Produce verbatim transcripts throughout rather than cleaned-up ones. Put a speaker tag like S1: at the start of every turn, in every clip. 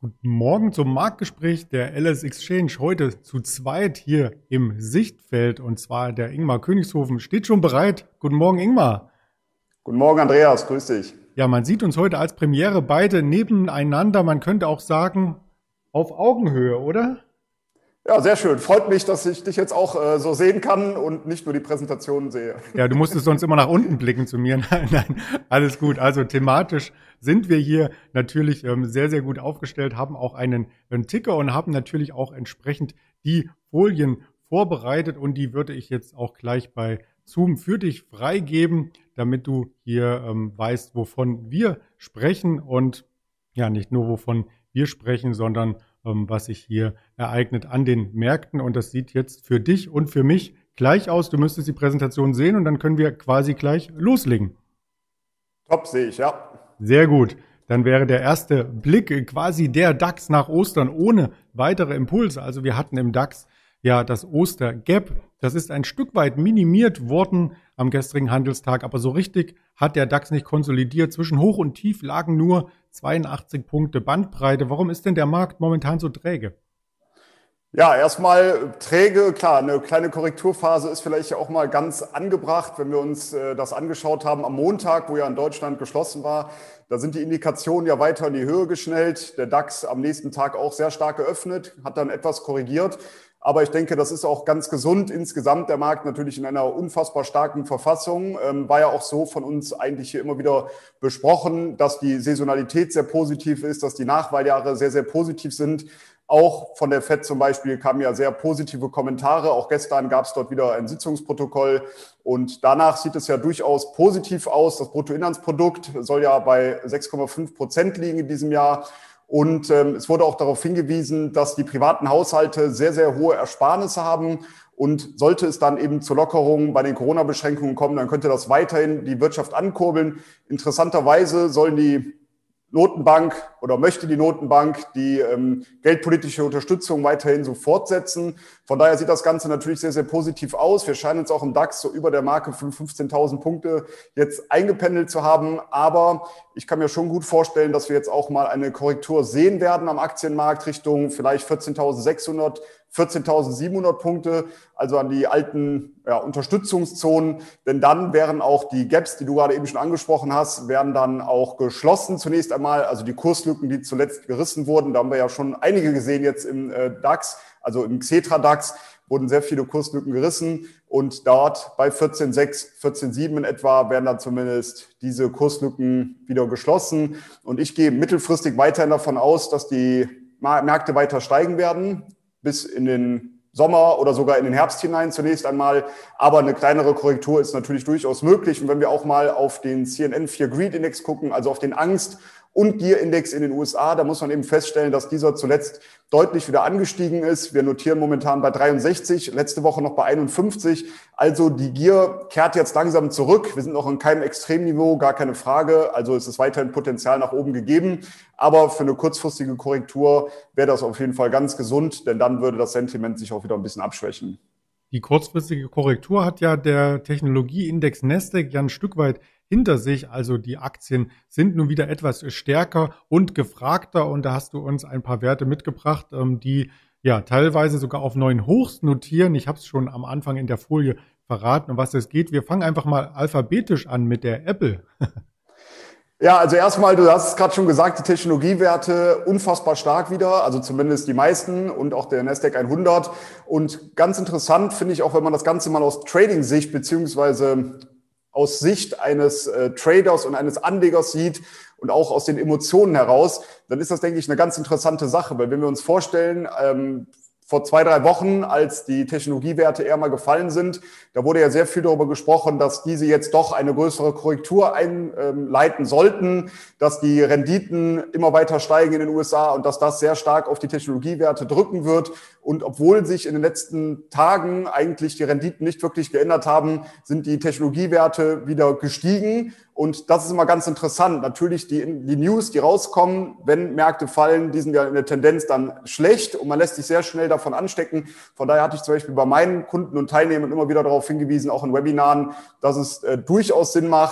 S1: Guten Morgen zum Marktgespräch der L S Exchange. Heute zu zweit hier im Sichtfeld und zwar der Ingmar Königshofen steht schon bereit. Guten Morgen, Ingmar.
S2: Guten Morgen, Andreas. Grüß dich.
S1: Ja, man sieht uns heute als Premiere beide nebeneinander. Man könnte auch sagen, auf Augenhöhe, oder?
S2: Ja, sehr schön. Freut mich, dass ich dich jetzt auch äh, so sehen kann und nicht nur die Präsentationen sehe.
S1: Ja, du musstest sonst immer nach unten blicken zu mir. Nein, nein, alles gut. Also thematisch sind wir hier natürlich ähm, sehr, sehr gut aufgestellt, haben auch einen, einen Ticker und haben natürlich auch entsprechend die Folien vorbereitet und die würde ich jetzt auch gleich bei Zoom für dich freigeben, damit du hier ähm, weißt, wovon wir sprechen und ja, nicht nur wovon wir sprechen, sondern was sich hier ereignet an den Märkten. Und das sieht jetzt für dich und für mich gleich aus. Du müsstest die Präsentation sehen und dann können wir quasi gleich loslegen.
S2: Top, sehe ich, ja.
S1: Sehr gut. Dann wäre der erste Blick quasi der DAX nach Ostern ohne weitere Impulse. Also wir hatten im DAX ja das Ostergap. Das ist ein Stück weit minimiert worden am gestrigen Handelstag, aber so richtig hat der DAX nicht konsolidiert. Zwischen Hoch und Tief lagen nur zweiundachtzig Punkte Bandbreite. Warum ist denn der Markt momentan so träge?
S2: Ja, erstmal träge, klar, eine kleine Korrekturphase ist vielleicht auch mal ganz angebracht, wenn wir uns äh, das angeschaut haben am Montag, wo ja in Deutschland geschlossen war. Da sind die Indikationen ja weiter in die Höhe geschnellt. Der DAX am nächsten Tag auch sehr stark geöffnet, hat dann etwas korrigiert. Aber ich denke, das ist auch ganz gesund. Insgesamt der Markt natürlich in einer unfassbar starken Verfassung. Ähm, war ja auch so von uns eigentlich hier immer wieder besprochen, dass die Saisonalität sehr positiv ist, dass die Nachwahljahre sehr, sehr positiv sind. Auch von der Fed zum Beispiel kamen ja sehr positive Kommentare. Auch gestern gab es dort wieder ein Sitzungsprotokoll. Und danach sieht es ja durchaus positiv aus. Das Bruttoinlandsprodukt soll ja bei sechs Komma fünf Prozent liegen in diesem Jahr. Und ähm, es wurde auch darauf hingewiesen, dass die privaten Haushalte sehr, sehr hohe Ersparnisse haben. Und sollte es dann eben zur Lockerung bei den Corona-Beschränkungen kommen, dann könnte das weiterhin die Wirtschaft ankurbeln. Interessanterweise sollen die Notenbank oder möchte die Notenbank die ähm, geldpolitische Unterstützung weiterhin so fortsetzen. Von daher sieht das Ganze natürlich sehr, sehr positiv aus. Wir scheinen uns auch im DAX so über der Marke von fünfzehntausend Punkte jetzt eingependelt zu haben. Aber ich kann mir schon gut vorstellen, dass wir jetzt auch mal eine Korrektur sehen werden am Aktienmarkt Richtung vielleicht vierzehntausendsechshundert, vierzehntausendsiebenhundert Punkte, also an die alten ja, Unterstützungszonen. Denn dann wären auch die Gaps, die du gerade eben schon angesprochen hast, wären dann auch geschlossen zunächst einmal. Also die Kurslücken, die zuletzt gerissen wurden, da haben wir ja schon einige gesehen jetzt im äh, DAX, also im Xetra DAX, wurden sehr viele Kurslücken gerissen. Und dort bei vierzehn Komma sechs, vierzehn Komma sieben in etwa werden dann zumindest diese Kurslücken wieder geschlossen. Und ich gehe mittelfristig weiterhin davon aus, dass die Märkte weiter steigen werden, bis in den Sommer oder sogar in den Herbst hinein zunächst einmal. Aber eine kleinere Korrektur ist natürlich durchaus möglich. Und wenn wir auch mal auf den C N N vier Greed Index gucken, also auf den Angst- und Gier-Index in den U S A, da muss man eben feststellen, dass dieser zuletzt deutlich wieder angestiegen ist. Wir notieren momentan bei dreiundsechzig, letzte Woche noch bei einundfünfzig. Also die Gier kehrt jetzt langsam zurück. Wir sind noch in keinem Extremniveau, gar keine Frage. Also es ist weiterhin Potenzial nach oben gegeben. Aber für eine kurzfristige Korrektur wäre das auf jeden Fall ganz gesund, denn dann würde das Sentiment sich auch wieder ein bisschen abschwächen.
S1: Die kurzfristige Korrektur hat ja der Technologieindex Nasdaq ja ein Stück weit hinter sich. Also die Aktien sind nun wieder etwas stärker und gefragter. Und da hast du uns ein paar Werte mitgebracht, die ja teilweise sogar auf neuen Hochs notieren. Ich habe es schon am Anfang in der Folie verraten, um was es geht. Wir fangen einfach mal alphabetisch an mit der Apple.
S2: Ja, also erstmal, du hast es gerade schon gesagt, die Technologiewerte unfassbar stark wieder, also zumindest die meisten und auch der Nasdaq hundert. Und ganz interessant finde ich auch, wenn man das Ganze mal aus Trading-Sicht beziehungsweise aus Sicht eines äh, Traders und eines Anlegers sieht und auch aus den Emotionen heraus, dann ist das, denke ich, eine ganz interessante Sache. Weil wenn wir uns vorstellen, ähm, vor zwei, drei Wochen, als die Technologiewerte eher mal gefallen sind, da wurde ja sehr viel darüber gesprochen, dass diese jetzt doch eine größere Korrektur einleiten sollten, dass die Renditen immer weiter steigen in den U S A und dass das sehr stark auf die Technologiewerte drücken wird. Und obwohl sich in den letzten Tagen eigentlich die Renditen nicht wirklich geändert haben, sind die Technologiewerte wieder gestiegen. Und das ist immer ganz interessant. Natürlich die, die News, die rauskommen, wenn Märkte fallen, die sind ja in der Tendenz dann schlecht und man lässt sich sehr schnell davon anstecken. Von daher hatte ich zum Beispiel bei meinen Kunden und Teilnehmern immer wieder darauf hingewiesen, auch in Webinaren, dass es äh, durchaus Sinn macht,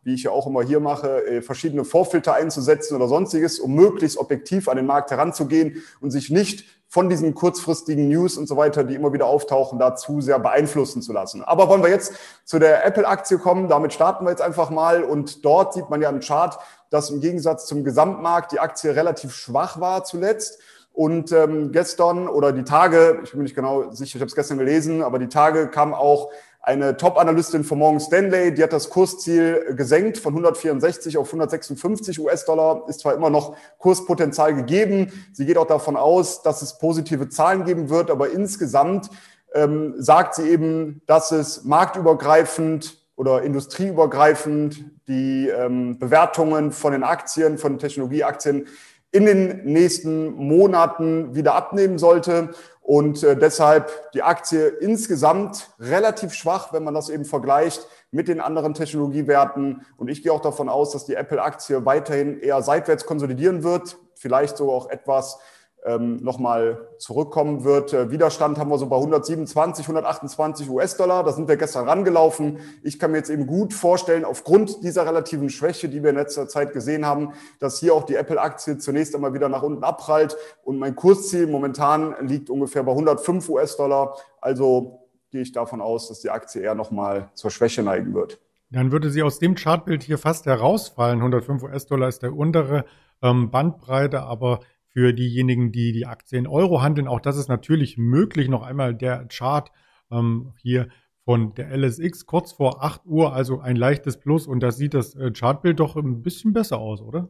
S2: wie ich ja auch immer hier mache, verschiedene Vorfilter einzusetzen oder sonstiges, um möglichst objektiv an den Markt heranzugehen und sich nicht von diesen kurzfristigen News und so weiter, die immer wieder auftauchen, da zu sehr beeinflussen zu lassen. Aber wollen wir jetzt zu der Apple-Aktie kommen, damit starten wir jetzt einfach mal. Und dort sieht man ja im Chart, dass im Gegensatz zum Gesamtmarkt die Aktie relativ schwach war zuletzt. Und ähm, gestern oder die Tage, ich bin mir nicht genau sicher, ich habe es gestern gelesen, aber die Tage kam auch eine Top-Analystin von Morgan Stanley, die hat das Kursziel gesenkt von hundertvierundsechzig auf hundertsechsundfünfzig US-Dollar. Ist zwar immer noch Kurspotenzial gegeben. Sie geht auch davon aus, dass es positive Zahlen geben wird, aber insgesamt ähm, sagt sie eben, dass es marktübergreifend oder industrieübergreifend die ähm, Bewertungen von den Aktien, von Technologieaktien in den nächsten Monaten wieder abnehmen sollte. Und äh, deshalb die Aktie insgesamt relativ schwach, wenn man das eben vergleicht mit den anderen Technologiewerten. Und ich gehe auch davon aus, dass die Apple-Aktie weiterhin eher seitwärts konsolidieren wird, vielleicht sogar auch etwas ähm, nochmal zurückkommen wird. Äh, Widerstand haben wir so bei hundertsiebenundzwanzig, hundertachtundzwanzig US-Dollar. Da sind wir gestern rangelaufen. Ich kann mir jetzt eben gut vorstellen, aufgrund dieser relativen Schwäche, die wir in letzter Zeit gesehen haben, dass hier auch die Apple-Aktie zunächst einmal wieder nach unten abprallt. Und mein Kursziel momentan liegt ungefähr bei hundertfünf US-Dollar. Also gehe ich davon aus, dass die Aktie eher nochmal zur Schwäche neigen wird.
S1: Dann würde sie aus dem Chartbild hier fast herausfallen. hundertfünf US-Dollar ist der untere ähm, Bandbreite, aber für diejenigen, die die Aktie in Euro handeln, auch das ist natürlich möglich. Noch einmal der Chart ähm, hier von der L S X kurz vor acht Uhr, also ein leichtes Plus. Und da sieht das äh, Chartbild doch ein bisschen besser aus, oder?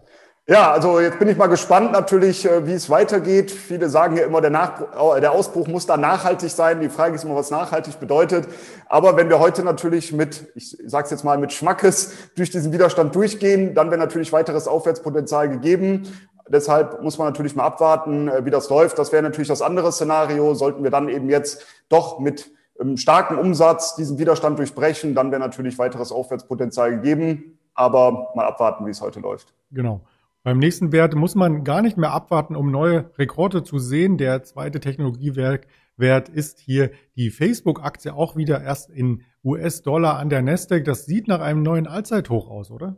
S2: Ja, also jetzt bin ich mal gespannt natürlich, wie es weitergeht. Viele sagen ja immer, der, Nachbruch, der Ausbruch muss da nachhaltig sein. Die Frage ist immer, was nachhaltig bedeutet. Aber wenn wir heute natürlich mit, ich sage es jetzt mal, mit Schmackes durch diesen Widerstand durchgehen, dann wäre natürlich weiteres Aufwärtspotenzial gegeben. Deshalb muss man natürlich mal abwarten, wie das läuft. Das wäre natürlich das andere Szenario. Sollten wir dann eben jetzt doch mit einem starken Umsatz diesen Widerstand durchbrechen, dann wäre natürlich weiteres Aufwärtspotenzial gegeben. Aber mal abwarten, wie es heute läuft.
S1: Genau. Beim nächsten Wert muss man gar nicht mehr abwarten, um neue Rekorde zu sehen. Der zweite Technologiewert ist hier die Facebook-Aktie, auch wieder erst in U S-Dollar an der Nasdaq. Das sieht nach einem neuen Allzeithoch aus, oder?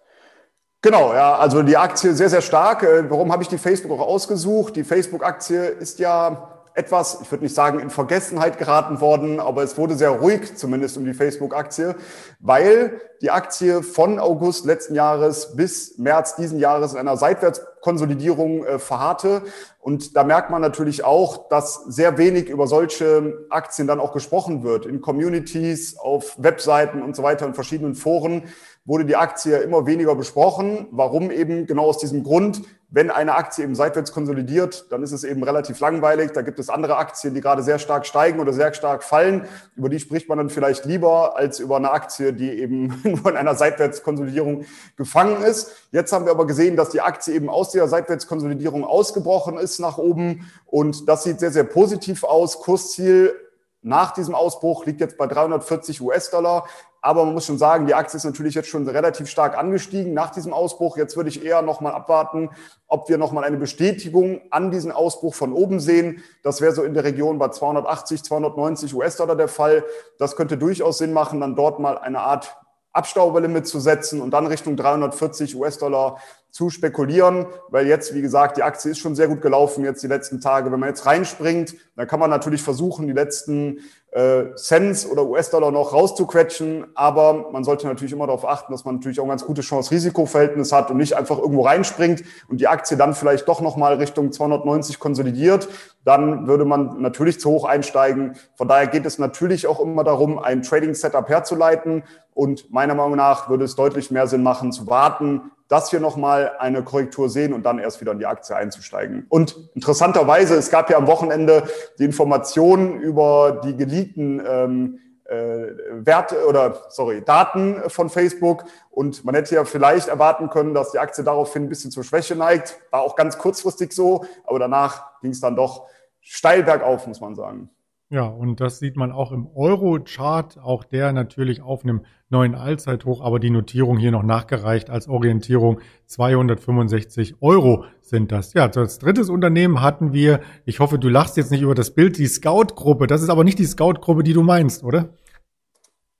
S2: Genau, ja, also die Aktie sehr, sehr stark. Warum habe ich die Facebook auch ausgesucht? Die Facebook-Aktie ist ja etwas, ich würde nicht sagen, in Vergessenheit geraten worden, aber es wurde sehr ruhig, zumindest um die Facebook-Aktie, weil die Aktie von August letzten Jahres bis März diesen Jahres in einer Seitwärtskonsolidierung äh, verharrte. Und da merkt man natürlich auch, dass sehr wenig über solche Aktien dann auch gesprochen wird. In Communities, auf Webseiten und so weiter, in verschiedenen Foren wurde die Aktie immer weniger besprochen. Warum eben? Genau aus diesem Grund. Wenn eine Aktie eben seitwärts konsolidiert, dann ist es eben relativ langweilig. Da gibt es andere Aktien, die gerade sehr stark steigen oder sehr stark fallen. Über die spricht man dann vielleicht lieber als über eine Aktie, die eben nur in einer Seitwärtskonsolidierung gefangen ist. Jetzt haben wir aber gesehen, dass die Aktie eben aus dieser Seitwärtskonsolidierung ausgebrochen ist nach oben. Und das sieht sehr, sehr positiv aus. Kursziel nach diesem Ausbruch liegt jetzt bei dreihundertvierzig US-Dollar. Aber man muss schon sagen, die Aktie ist natürlich jetzt schon relativ stark angestiegen nach diesem Ausbruch. Jetzt würde ich eher nochmal abwarten, ob wir nochmal eine Bestätigung an diesen Ausbruch von oben sehen. Das wäre so in der Region bei zweihundertachtzig, zweihundertneunzig US-Dollar der Fall. Das könnte durchaus Sinn machen, dann dort mal eine Art Abstauberlimit zu setzen und dann Richtung dreihundertvierzig US-Dollar zu spekulieren, weil jetzt, wie gesagt, die Aktie ist schon sehr gut gelaufen jetzt die letzten Tage. Wenn man jetzt reinspringt, dann kann man natürlich versuchen, die letzten äh, Cents oder U S-Dollar noch rauszuquetschen, aber man sollte natürlich immer darauf achten, dass man natürlich auch ein ganz gutes Chance-Risiko-Verhältnis hat und nicht einfach irgendwo reinspringt und die Aktie dann vielleicht doch nochmal Richtung zweihundertneunzig konsolidiert. Dann würde man natürlich zu hoch einsteigen. Von daher geht es natürlich auch immer darum, ein Trading-Setup herzuleiten und meiner Meinung nach würde es deutlich mehr Sinn machen, zu warten, dass wir nochmal eine Korrektur sehen und dann erst wieder in die Aktie einzusteigen. Und interessanterweise, es gab ja am Wochenende die Informationen über die geleakten ähm, äh, Werte oder sorry Daten von Facebook und man hätte ja vielleicht erwarten können, dass die Aktie daraufhin ein bisschen zur Schwäche neigt. War auch ganz kurzfristig so, aber danach ging es dann doch steil bergauf, muss man sagen.
S1: Ja, und das sieht man auch im Euro-Chart, auch der natürlich auf einem neuen Allzeithoch, aber die Notierung hier noch nachgereicht als Orientierung zweihundertfünfundsechzig Euro sind das. Ja, als drittes Unternehmen hatten wir, ich hoffe, du lachst jetzt nicht über das Bild, die Scout-Gruppe. Das ist aber nicht die Scout-Gruppe, die du meinst, oder?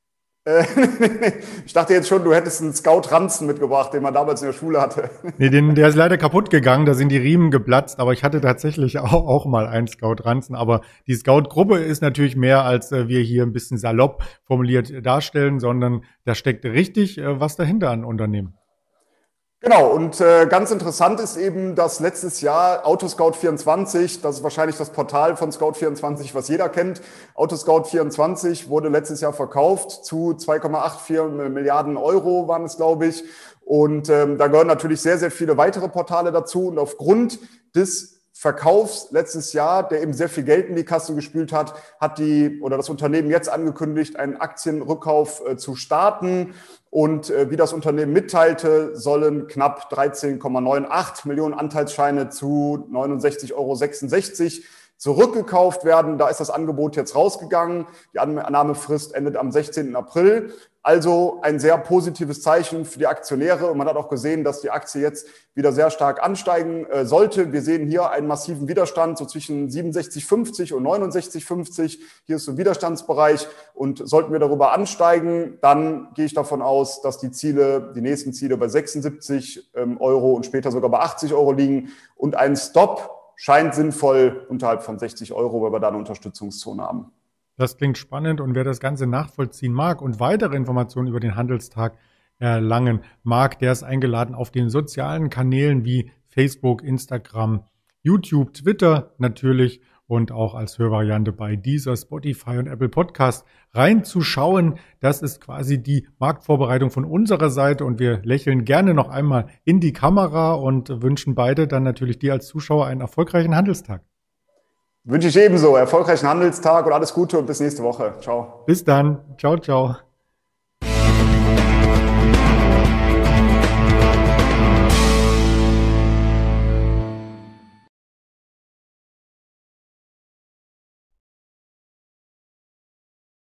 S2: Äh, ich dachte jetzt schon, du hättest einen Scout-Ranzen mitgebracht, den man damals in der Schule hatte.
S1: Nee, den, der ist leider kaputt gegangen, da sind die Riemen geplatzt, aber ich hatte tatsächlich auch, auch mal einen Scout-Ranzen. Aber die Scout-Gruppe ist natürlich mehr, als äh, wir hier ein bisschen salopp formuliert darstellen, sondern da steckt richtig äh, was dahinter an Unternehmen.
S2: Genau, und äh, ganz interessant ist eben, dass letztes Jahr Autoscout vierundzwanzig, das ist wahrscheinlich das Portal von Scout vierundzwanzig, was jeder kennt, Autoscout vierundzwanzig wurde letztes Jahr verkauft zu zwei Komma vierundachtzig Milliarden Euro waren es, glaube ich. Und ähm, da gehören natürlich sehr, sehr viele weitere Portale dazu. Und aufgrund des Verkaufs letztes Jahr, der eben sehr viel Geld in die Kasse gespült hat, hat die oder das Unternehmen jetzt angekündigt, einen Aktienrückkauf äh, zu starten. Und äh, wie das Unternehmen mitteilte, sollen knapp dreizehn Komma achtzig Millionen Anteilsscheine zu neunundsechzig Euro sechsundsechzig zurückgekauft werden. Da ist das Angebot jetzt rausgegangen. Die Annahmefrist endet am sechzehnten April. Also ein sehr positives Zeichen für die Aktionäre. Und man hat auch gesehen, dass die Aktie jetzt wieder sehr stark ansteigen äh, sollte. Wir sehen hier einen massiven Widerstand, so zwischen siebenundsechzig Komma fünfzig und neunundsechzig Komma fünfzig. Hier ist so ein Widerstandsbereich. Und sollten wir darüber ansteigen, dann gehe ich davon aus, dass die Ziele, die nächsten Ziele bei sechsundsiebzig Euro und später sogar bei achtzig Euro liegen. Und ein Stop scheint sinnvoll unterhalb von sechzig Euro, weil wir da eine Unterstützungszone haben.
S1: Das klingt spannend, und wer das Ganze nachvollziehen mag und weitere Informationen über den Handelstag erlangen mag, der ist eingeladen auf den sozialen Kanälen wie Facebook, Instagram, YouTube, Twitter natürlich und auch als Hörvariante bei Deezer, Spotify und Apple Podcast reinzuschauen. Das ist quasi die Marktvorbereitung von unserer Seite, und wir lächeln gerne noch einmal in die Kamera und wünschen beide dann natürlich dir als Zuschauer einen erfolgreichen Handelstag.
S2: Wünsche ich ebenso. Erfolgreichen Handelstag und alles Gute und bis nächste Woche. Ciao.
S1: Bis dann. Ciao, ciao.